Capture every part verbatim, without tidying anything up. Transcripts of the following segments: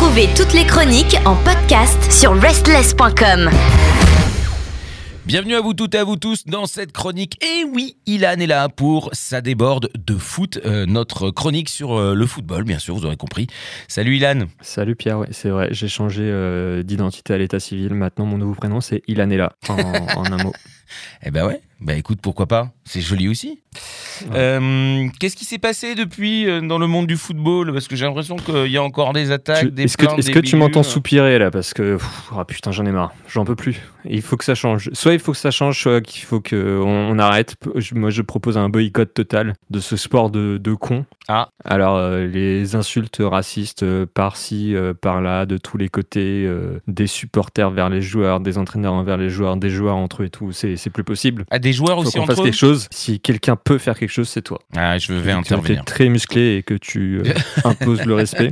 Retrouvez toutes les chroniques en podcast sur restless point com. Bienvenue à vous toutes et à vous tous dans cette chronique. Et oui, Ilan est là pour Ça déborde de foot, euh, notre chronique sur euh, le football, bien sûr, vous aurez compris. Salut Ilan. Salut Pierre, ouais, c'est vrai, j'ai changé euh, d'identité à l'état civil. Maintenant, mon nouveau prénom, c'est Ilanella, en, en un mot. Eh ben ouais, bah écoute, pourquoi pas, c'est joli aussi. Ouais. Euh, qu'est-ce qui s'est passé depuis euh, dans le monde du football ? Parce que j'ai l'impression qu'il y a encore des attaques, tu, des est-ce plaintes, que, Est-ce des que tu m'entends bidures. soupirer là ? Parce que, pff, oh, putain, j'en ai marre, j'en peux plus. Il faut que ça change. Soit il faut que ça change, soit qu'il faut qu'on on arrête. Moi, je propose un boycott total de ce sport de, de con. Ah. Alors, euh, les insultes racistes euh, par-ci, euh, par-là, de tous les côtés, euh, des supporters vers les joueurs, des entraîneurs envers les joueurs, des joueurs entre eux et tout, c'est, c'est plus possible. Ah, des joueurs faut aussi qu'on entre fasse eux. quelque chose. Si quelqu'un peut faire quelque chose, c'est toi. Ah, je vais tu, intervenir. Tu es très musclé et que tu euh, imposes le respect.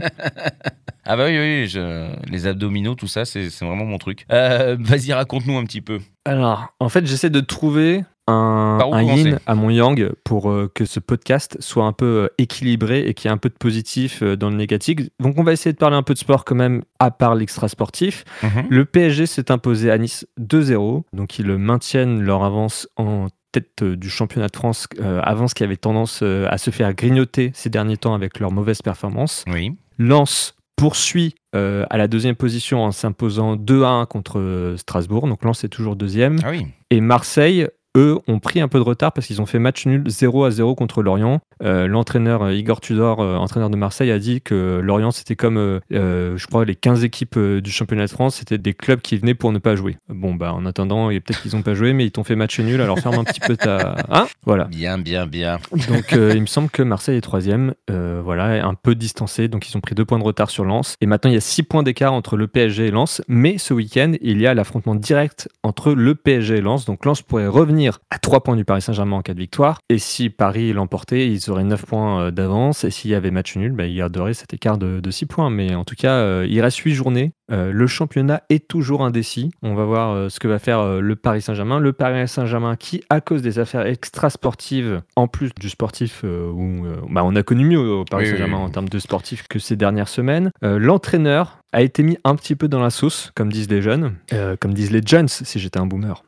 Ah bah oui, oui, je... les abdominaux, tout ça, c'est, c'est vraiment mon truc. Euh, vas-y, raconte-nous un petit peu. Alors, en fait, j'essaie de trouver un, un yin à mon yang pour euh, que ce podcast soit un peu euh, équilibré et qu'il y ait un peu de positif euh, dans le négatif. Donc, on va essayer de parler un peu de sport quand même, à part l'extra sportif. Mm-hmm. Le P S G s'est imposé à Nice deux zéro, donc ils maintiennent leur avance en tête du championnat de France, euh, avance qui avait tendance euh, à se faire grignoter ces derniers temps avec leurs mauvaises performances. Oui. Lens poursuit euh, à la deuxième position en s'imposant deux à un contre euh, Strasbourg. Donc Lens est toujours deuxième. Ah oui. Et Marseille, eux, ont pris un peu de retard parce qu'ils ont fait match nul zéro à zéro contre Lorient. Euh, l'entraîneur euh, Igor Tudor, euh, entraîneur de Marseille, a dit que Lorient, c'était comme, euh, euh, je crois, les quinze équipes euh, du championnat de France, c'était des clubs qui venaient pour ne pas jouer. Bon, bah, en attendant, et peut-être qu'ils n'ont pas joué, mais ils t'ont fait match nul, alors ferme un petit peu ta... Hein, voilà. Bien, bien, bien. Donc, euh, il me semble que Marseille est troisième, euh, voilà, un peu distancé, donc ils ont pris deux points de retard sur Lens. Et maintenant, il y a six points d'écart entre le P S G et Lens, mais ce week-end, il y a l'affrontement direct entre le P S G et Lens. Donc, Lens pourrait revenir à trois points du Paris Saint-Germain en cas de victoire. Et si Paris l'emportait, ils auraient neuf points d'avance. Et s'il y avait match nul, bah, ils garderaient cet écart de, de six points. Mais en tout cas, euh, il reste huit journées. Euh, le championnat est toujours indécis. On va voir euh, ce que va faire euh, le Paris Saint-Germain. Le Paris Saint-Germain qui, à cause des affaires extra-sportives, en plus du sportif, euh, où euh, bah, on a connu mieux au Paris oui, Saint-Germain oui, oui. en termes de sportif que ces dernières semaines. Euh, l'entraîneur a été mis un petit peu dans la sauce, comme disent les jeunes, euh, comme disent les jeunes, si j'étais un boomer.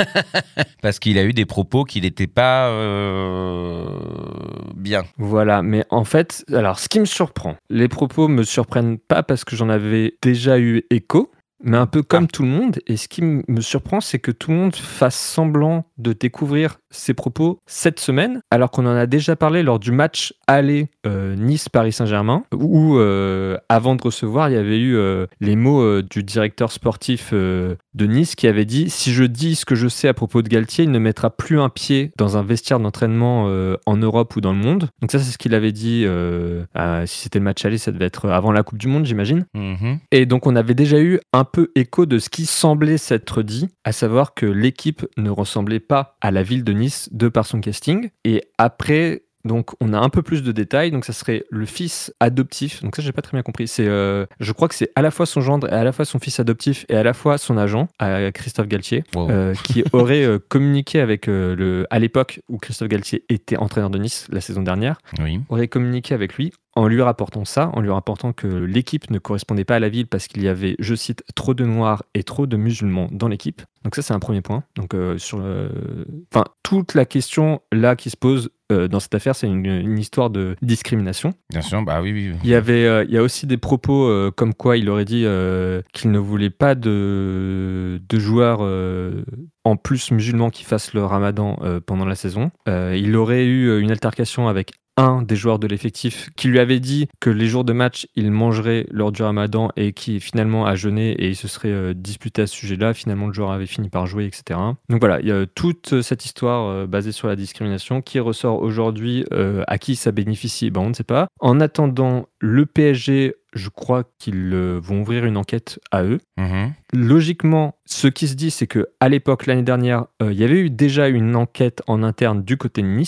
Parce qu'il a eu des propos qui n'étaient pas euh, bien. Voilà, mais en fait, alors ce qui me surprend, les propos me surprennent pas parce que j'en avais déjà eu écho, mais un peu comme ah. tout le monde. Et ce qui me surprend, c'est que tout le monde fasse semblant de découvrir ces propos cette semaine, alors qu'on en a déjà parlé lors du match aller euh, Nice-Paris Saint-Germain, où euh, avant de recevoir, il y avait eu euh, les mots euh, du directeur sportif euh, de Nice qui avait dit « Si je dis ce que je sais à propos de Galtier, il ne mettra plus un pied dans un vestiaire d'entraînement euh, en Europe ou dans le monde. » Donc ça, c'est ce qu'il avait dit. Euh, à, si c'était le match aller, ça devait être avant la Coupe du Monde, j'imagine. Mm-hmm. Et donc, on avait déjà eu un peu écho de ce qui semblait s'être dit, à savoir que l'équipe ne ressemblait pas à la ville de Nice de par son casting. Et après, donc on a un peu plus de détails. Donc ça serait le fils adoptif. Donc ça, j'ai pas très bien compris. C'est, euh, je crois que c'est à la fois son gendre et à la fois son fils adoptif et à la fois son agent, à Christophe Galtier, wow. euh, qui aurait euh, communiqué avec euh, le, à l'époque où Christophe Galtier était entraîneur de Nice la saison dernière, oui. aurait communiqué avec lui en lui rapportant ça, en lui rapportant que l'équipe ne correspondait pas à la ville parce qu'il y avait, je cite, trop de noirs et trop de musulmans dans l'équipe. Donc ça, c'est un premier point. Donc, euh, sur, enfin, euh, toute la question là qui se pose euh, dans cette affaire, c'est une, une histoire de discrimination. Bien sûr, bah oui, oui. oui. Il y avait, euh, il y a aussi des propos euh, comme quoi il aurait dit euh, qu'il ne voulait pas de, de joueurs euh, en plus musulmans qui fassent le ramadan euh, pendant la saison. Euh, il aurait eu une altercation avec un des joueurs de l'effectif qui lui avait dit que les jours de match, il mangerait lors du ramadan et qui finalement a jeûné et il se serait euh, disputé à ce sujet-là. Finalement, le joueur avait fini par jouer, et cetera. Donc voilà, il y a toute cette histoire euh, basée sur la discrimination qui ressort aujourd'hui. Euh, à qui ça bénéficie, ben, on ne sait pas. En attendant, le P S G, je crois qu'ils euh, vont ouvrir une enquête à eux. Mmh. Logiquement, ce qui se dit, c'est qu'à l'époque, l'année dernière, il euh, y avait eu déjà une enquête en interne du côté de Nice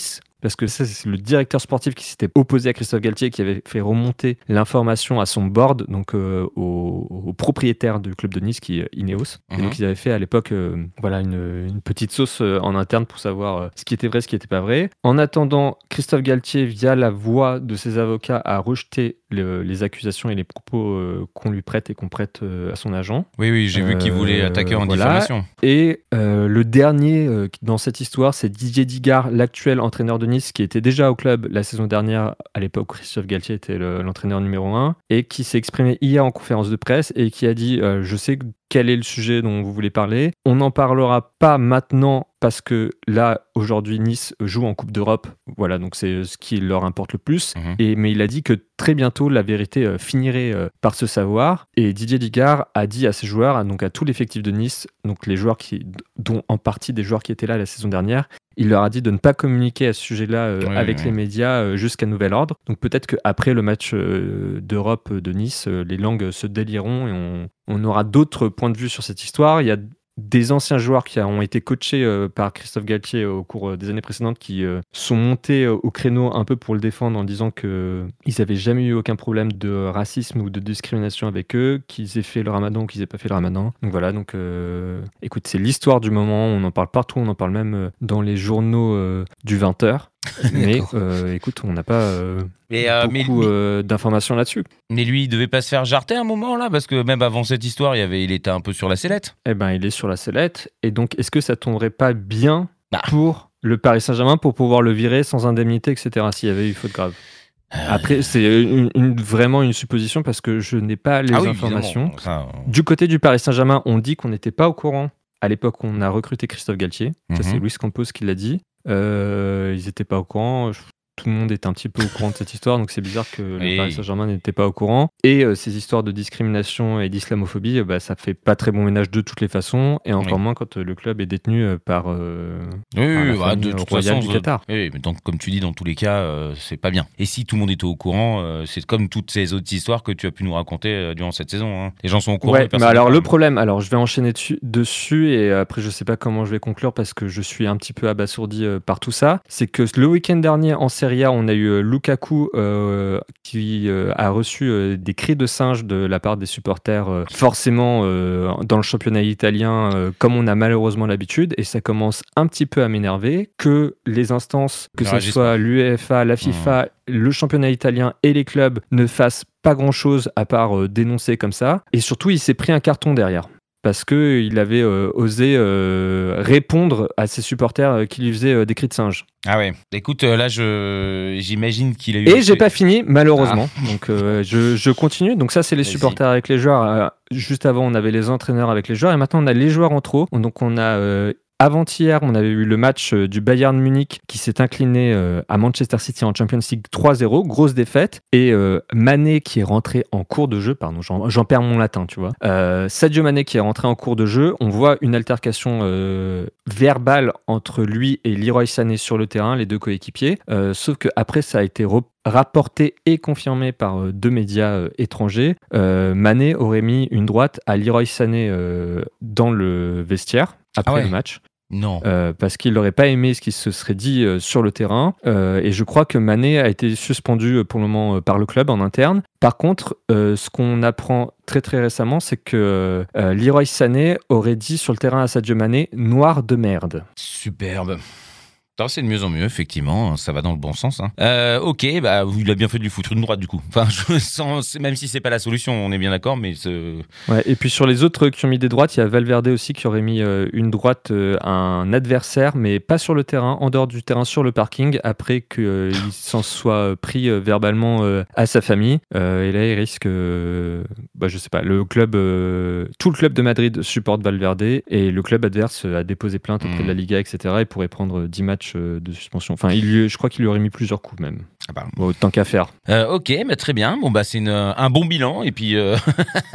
parce que ça, c'est le directeur sportif qui s'était opposé à Christophe Galtier, qui avait fait remonter l'information à son board, donc euh, au, au propriétaire du club de Nice, qui est Ineos. Mm-hmm. Et donc, ils avaient fait à l'époque euh, voilà, une, une petite sauce euh, en interne pour savoir euh, ce qui était vrai, ce qui n'était pas vrai. En attendant, Christophe Galtier, via la voix de ses avocats, a rejeté le, les accusations et les propos euh, qu'on lui prête et qu'on prête euh, à son agent. Oui, oui, j'ai euh, vu qu'il voulait attaquer en voilà. diffamation. Et euh, le dernier euh, dans cette histoire, c'est Didier Digard, l'actuel entraîneur de Nice, qui était déjà au club la saison dernière, à l'époque où Christophe Galtier était le, l'entraîneur numéro un, et qui s'est exprimé hier en conférence de presse et qui a dit euh, « Je sais quel est le sujet dont vous voulez parler. On n'en parlera pas maintenant parce que là, aujourd'hui, Nice joue en Coupe d'Europe. Voilà, donc c'est ce qui leur importe le plus. Mmh. Et, mais il a dit que très bientôt, la vérité euh, finirait euh, par se savoir. Et Didier Digard a dit à ses joueurs, donc à tout l'effectif de Nice, donc les joueurs qui, dont en partie des joueurs qui étaient là la saison dernière, il leur a dit de ne pas communiquer à ce sujet-là euh, oui, avec oui. les médias euh, jusqu'à nouvel ordre. Donc peut-être qu'après le match euh, d'Europe de Nice, euh, les langues se délieront et on, on aura d'autres points de vue sur cette histoire. Il y a des anciens joueurs qui ont été coachés euh, par Christophe Galtier au cours des années précédentes qui euh, sont montés euh, au créneau un peu pour le défendre en disant qu'ils n'avaient jamais eu aucun problème de racisme ou de discrimination avec eux, qu'ils aient fait le ramadan ou qu'ils n'aient pas fait le ramadan. Donc voilà, donc euh, écoute, c'est l'histoire du moment, on en parle partout, on en parle même euh, dans les journaux euh, du vingt heures. Mais euh, écoute, on n'a pas euh, mais, euh, beaucoup mais, euh, d'informations là-dessus. Mais lui, il devait pas se faire jarter un moment là, parce que même avant cette histoire, il, y avait, il était un peu sur la sellette. Eh ben, il est sur la sellette. Et donc, est-ce que ça tomberait pas bien bah. pour le Paris Saint-Germain pour pouvoir le virer sans indemnité, et cetera, s'il y avait eu faute grave? Après, c'est une, une, vraiment une supposition parce que je n'ai pas les ah oui, informations. Ça, euh... Du côté du Paris Saint-Germain, on dit qu'on n'était pas au courant à l'époque où on a recruté Christophe Galtier. Mm-hmm. Ça, c'est Luis Campos qui l'a dit. Euh, ils n'étaient pas au courant. Je... Tout le monde est un petit peu au courant de cette histoire, donc c'est bizarre que oui. le Paris Saint-Germain n'était pas au courant. Et euh, ces histoires de discrimination et d'islamophobie, euh, bah, ça fait pas très bon ménage de toutes les façons, et encore oui. moins quand euh, le club est détenu euh, par, euh, oui, par la oui, bah, de toute façon, du Qatar. Oui, mais donc, comme tu dis, dans tous les cas, euh, c'est pas bien. Et si tout le monde était au courant, euh, c'est comme toutes ces autres histoires que tu as pu nous raconter euh, durant cette saison. Hein. Les gens sont au courant. Ouais, mais alors le problème, alors je vais enchaîner dessus, dessus, et après je sais pas comment je vais conclure parce que je suis un petit peu abasourdi euh, par tout ça. C'est que le week-end dernier en Serie A, on a eu euh, Lukaku euh, qui euh, a reçu euh, des cris de singe de la part des supporters, euh, forcément euh, dans le championnat italien, euh, comme on a malheureusement l'habitude, et ça commence un petit peu à m'énerver que les instances, que ce soit l'UEFA, la FIFA, mmh. le championnat italien et les clubs ne fassent pas grand-chose à part euh, dénoncer comme ça. Et surtout, il s'est pris un carton derrière. Parce qu'il avait euh, osé euh, répondre à ses supporters euh, qui lui faisaient euh, des cris de singe. Ah ouais. Écoute, euh, là, je... j'imagine qu'il a eu... Et j'ai pas fini, malheureusement. Ah. Donc, euh, je, je continue. Donc ça, c'est les Vas-y. supporters avec les joueurs. Euh, juste avant, on avait les entraîneurs avec les joueurs. Et maintenant, on a les joueurs entre eux. Donc, on a... Euh, Avant-hier, on avait eu le match du Bayern Munich qui s'est incliné euh, à Manchester City en Champions League trois zéro, grosse défaite. Et euh, Mané qui est rentré en cours de jeu, pardon, j'en, j'en perds mon latin, tu vois. Euh, Sadio Mané qui est rentré en cours de jeu, on voit une altercation euh, verbale entre lui et Leroy Sané sur le terrain, les deux coéquipiers. Euh, sauf qu'après, ça a été repris. Rapporté et confirmé par euh, deux médias euh, étrangers, euh, Mané aurait mis une droite à Leroy Sané euh, dans le vestiaire après ah ouais. le match. Non. Euh, parce qu'il n'aurait pas aimé ce qui se serait dit euh, sur le terrain. Euh, et je crois que Mané a été suspendu euh, pour le moment euh, par le club en interne. Par contre, euh, ce qu'on apprend très très récemment, c'est que euh, Leroy Sané aurait dit sur le terrain à Sadio Mané « noir de merde ». Superbe. C'est de mieux en mieux, effectivement, ça va dans le bon sens. Hein. Euh, ok, bah, il a bien fait de lui foutre une droite du coup. Enfin, je sens, même si c'est pas la solution, on est bien d'accord, mais c'est... Ouais, et puis sur les autres qui ont mis des droites, il y a Valverde aussi qui aurait mis euh, une droite euh, à un adversaire, mais pas sur le terrain, en dehors du terrain, sur le parking, après qu'il euh, s'en soit pris euh, verbalement euh, à sa famille. Euh, et là, il risque, euh, bah, je sais pas, le club, euh, tout le club de Madrid supporte Valverde et le club adverse a déposé plainte auprès mmh. de la Liga, et cetera. Et pourrait prendre dix matchs de suspension. Enfin, il lui, je crois qu'il lui aurait mis plusieurs coups même. Ah bah. Bon, tant qu'à faire. Euh, ok, bah, très bien. Bon bah c'est une, un bon bilan et puis euh...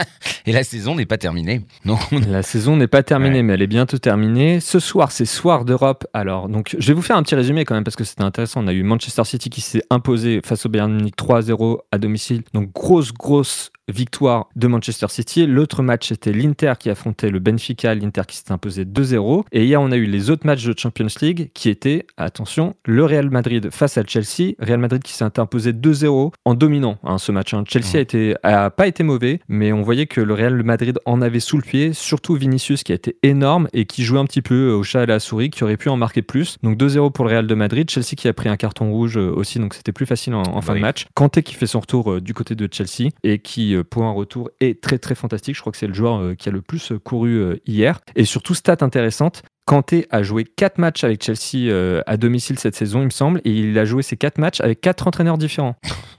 et la saison n'est pas terminée. Non. La saison n'est pas terminée, ouais. mais elle est bientôt terminée. Ce soir, c'est Soir d'Europe. Alors, donc, je vais vous faire un petit résumé quand même parce que c'était intéressant. On a eu Manchester City qui s'est imposé face au Bayern Munich trois zéro à domicile. Donc grosse grosse victoire de Manchester City. L'autre match, c'était l'Inter qui affrontait le Benfica, l'Inter qui s'était imposé deux zéro. Et hier, on a eu les autres matchs de Champions League qui étaient, attention, le Real Madrid face à Chelsea. Real Madrid qui s'est imposé deux zéro en dominant hein, ce match. Hein. Chelsea mmh. a, été, a pas été mauvais, mais on voyait que le Real Madrid en avait sous le pied, surtout Vinicius qui a été énorme et qui jouait un petit peu au chat et à la souris, qui aurait pu en marquer plus. Donc deux zéro pour le Real de Madrid. Chelsea qui a pris un carton rouge aussi, donc c'était plus facile en, en fin oui. de match. Kanté qui fait son retour euh, du côté de Chelsea et qui, euh, pour un retour, est très très fantastique. Je crois que c'est le joueur euh, qui a le plus euh, couru euh, hier. Et surtout, stat intéressante, Kanté a joué quatre matchs avec Chelsea euh, à domicile cette saison, il me semble, et il a joué ces quatre matchs avec quatre entraîneurs différents.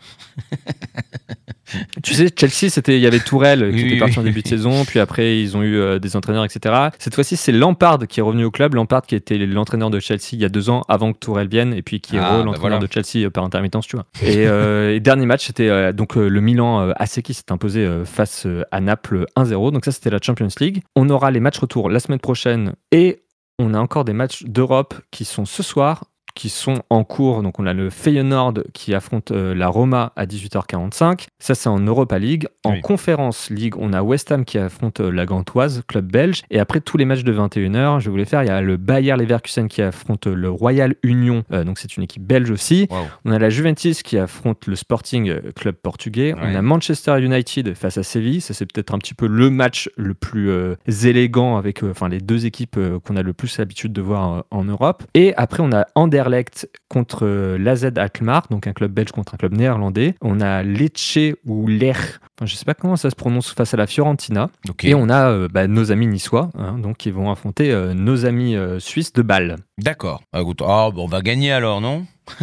Tu sais, Chelsea, c'était, il y avait Tourelle qui oui, était parti oui, en début oui. de saison, puis après ils ont eu euh, des entraîneurs, et cetera. Cette fois-ci, c'est Lampard qui est revenu au club, Lampard qui était l'entraîneur de Chelsea il y a deux ans avant que Tourelle vienne, et puis qui est ah, re, l'entraîneur bah voilà. de Chelsea euh, par intermittence, tu vois. Et, euh, et dernier match, c'était euh, donc euh, le Milan euh, A C qui s'est imposé euh, face euh, à Naples un zéro. Donc ça, c'était la Champions League. On aura les matchs retour la semaine prochaine et on a encore des matchs d'Europe qui sont ce soir, qui sont en cours. Donc on a le Feyenoord qui affronte euh, la Roma à dix-huit heures quarante-cinq. Ça, c'est en Europa League. En oui. Conference League, on a West Ham qui affronte euh, la Gantoise, club belge. Et après tous les matchs de vingt et une heures, je voulais faire, il y a le Bayer Leverkusen qui affronte le Royal Union. Euh, donc c'est une équipe belge aussi. Wow. On a la Juventus qui affronte le Sporting, euh, club portugais. Ouais. On a Manchester United face à Séville. Ça, c'est peut-être un petit peu le match le plus euh, élégant avec euh, enfin, les deux équipes euh, qu'on a le plus l'habitude de voir euh, en Europe. Et après, on a Anderlecht contre l'A Z Alkmaar, donc un club belge contre un club néerlandais. On a Lecce ou Lech, enfin, je ne sais pas comment ça se prononce, face à la Fiorentina. Okay. Et on a euh, bah, nos amis niçois, hein, donc qui vont affronter euh, nos amis euh, suisses de Bâle. D'accord. Ah, écoute, oh, bon, on va gagner alors, non?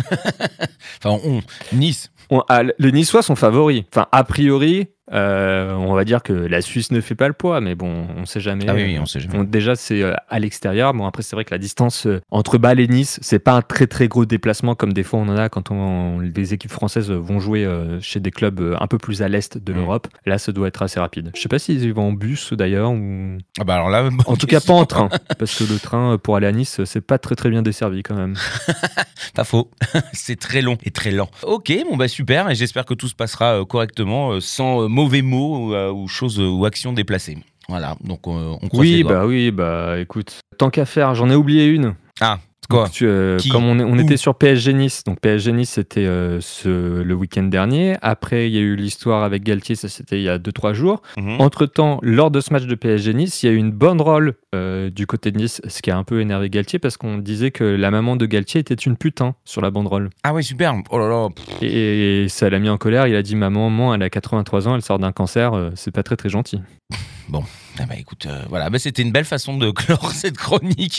Enfin, on, Nice. On, ah, les Niçois sont favoris. Enfin, a priori, euh, on va dire que la Suisse ne fait pas le poids, mais bon, on ne sait jamais. Ah oui, oui on sait jamais. Bon, déjà, c'est euh, à l'extérieur. Bon, après, c'est vrai que la distance euh, entre Bâle et Nice, c'est pas un très très gros déplacement comme des fois on en a quand on, les équipes françaises vont jouer euh, chez des clubs euh, un peu plus à l'est de mmh. l'Europe. Là, ça doit être assez rapide. Je sais pas s'ils y vont en bus d'ailleurs ou. Ah bah alors là, en tout cas, pas en train, parce que le train pour aller à Nice, c'est pas très très bien desservi quand même. Pas faux. C'est très long et très lent. Ok, bon bah super, et j'espère que tout se passera euh, correctement, euh, sans euh, mauvais mots ou, euh, ou choses euh, ou actions déplacées. Voilà, donc euh, on croise oui, les doigts. bah oui, bah écoute, tant qu'à faire, j'en ai oublié une. Ah. Quoi donc, euh, comme on, est, on était sur P S G Nice, donc P S G Nice c'était euh, ce, le week-end dernier. Après, il y a eu l'histoire avec Galtier, ça c'était il y a deux trois jours. Mm-hmm. Entre-temps, lors de ce match de P S G Nice, il y a eu une bonne rôle euh, du côté de Nice, ce qui a un peu énervé Galtier parce qu'on disait que la maman de Galtier était une putain sur la banderole. Ah oui, super. Oh là là. Et, et ça l'a mis en colère. Il a dit, ma maman, elle a quatre-vingt-trois ans, elle sort d'un cancer, euh, c'est pas très très gentil. Bon, ah bah écoute, euh, voilà, bah c'était une belle façon de clore cette chronique.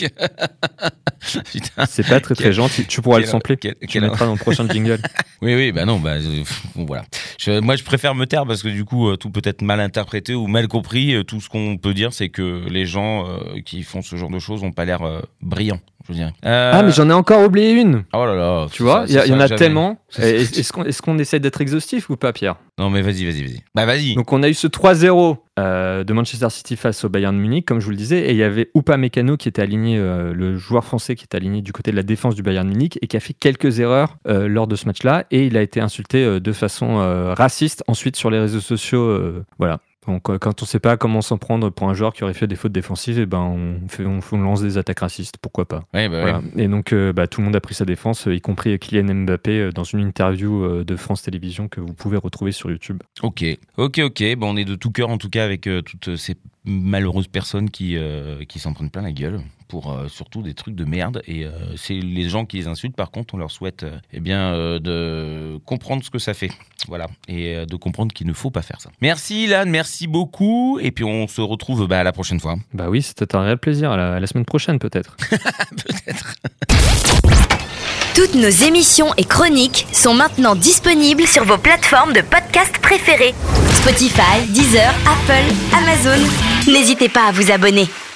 Putain. C'est pas très très gentil. Tu pourras quel, le sampler. Quel, tu quel... le mettras dans le prochain jingle. Oui, oui, bah non, bah euh, bon, voilà. Je, moi, je préfère me taire parce que du coup, euh, tout peut être mal interprété ou mal compris. Euh, tout ce qu'on peut dire, c'est que les gens euh, qui font ce genre de choses n'ont pas l'air euh, brillants. Je veux dire. Euh... Ah, mais j'en ai encore oublié une. Oh là là. Tu vois, il y, y en a jamais. Tellement. Est-ce, est-ce, qu'on, est-ce qu'on essaie d'être exhaustif ou pas, Pierre? Non, mais vas-y, vas-y, vas-y. Bah, vas-y. Donc, on a eu ce trois zéro euh, de Manchester City face au Bayern de Munich, comme je vous le disais, et il y avait Upamecano qui était aligné, euh, le joueur français qui était aligné du côté de la défense du Bayern de Munich et qui a fait quelques erreurs euh, lors de ce match-là, et il a été insulté euh, de façon euh, raciste ensuite sur les réseaux sociaux. Euh, voilà. Donc, quand on ne sait pas comment s'en prendre pour un joueur qui aurait fait des fautes défensives, et ben on, fait, on, on lance des attaques racistes, pourquoi pas. Ouais, bah voilà. ouais. Et donc, euh, bah, tout le monde a pris sa défense, y compris Kylian Mbappé, dans une interview de France Télévisions que vous pouvez retrouver sur YouTube. Ok, ok, ok. Bon, on est de tout cœur en tout cas avec euh, toutes ces malheureuses personnes qui, euh, qui s'en prennent plein la gueule pour euh, surtout des trucs de merde. Et euh, c'est les gens qui les insultent, par contre, on leur souhaite euh, eh bien, euh, de comprendre ce que ça fait. Voilà. Et euh, de comprendre qu'il ne faut pas faire ça. Merci Ilan, merci beaucoup. Et puis on se retrouve bah, la prochaine fois. Bah oui, c'était un réel plaisir. À la, à la semaine prochaine peut-être. Peut-être. Toutes nos émissions et chroniques sont maintenant disponibles sur vos plateformes de podcast préférées. Spotify, Deezer, Apple, Amazon. N'hésitez pas à vous abonner.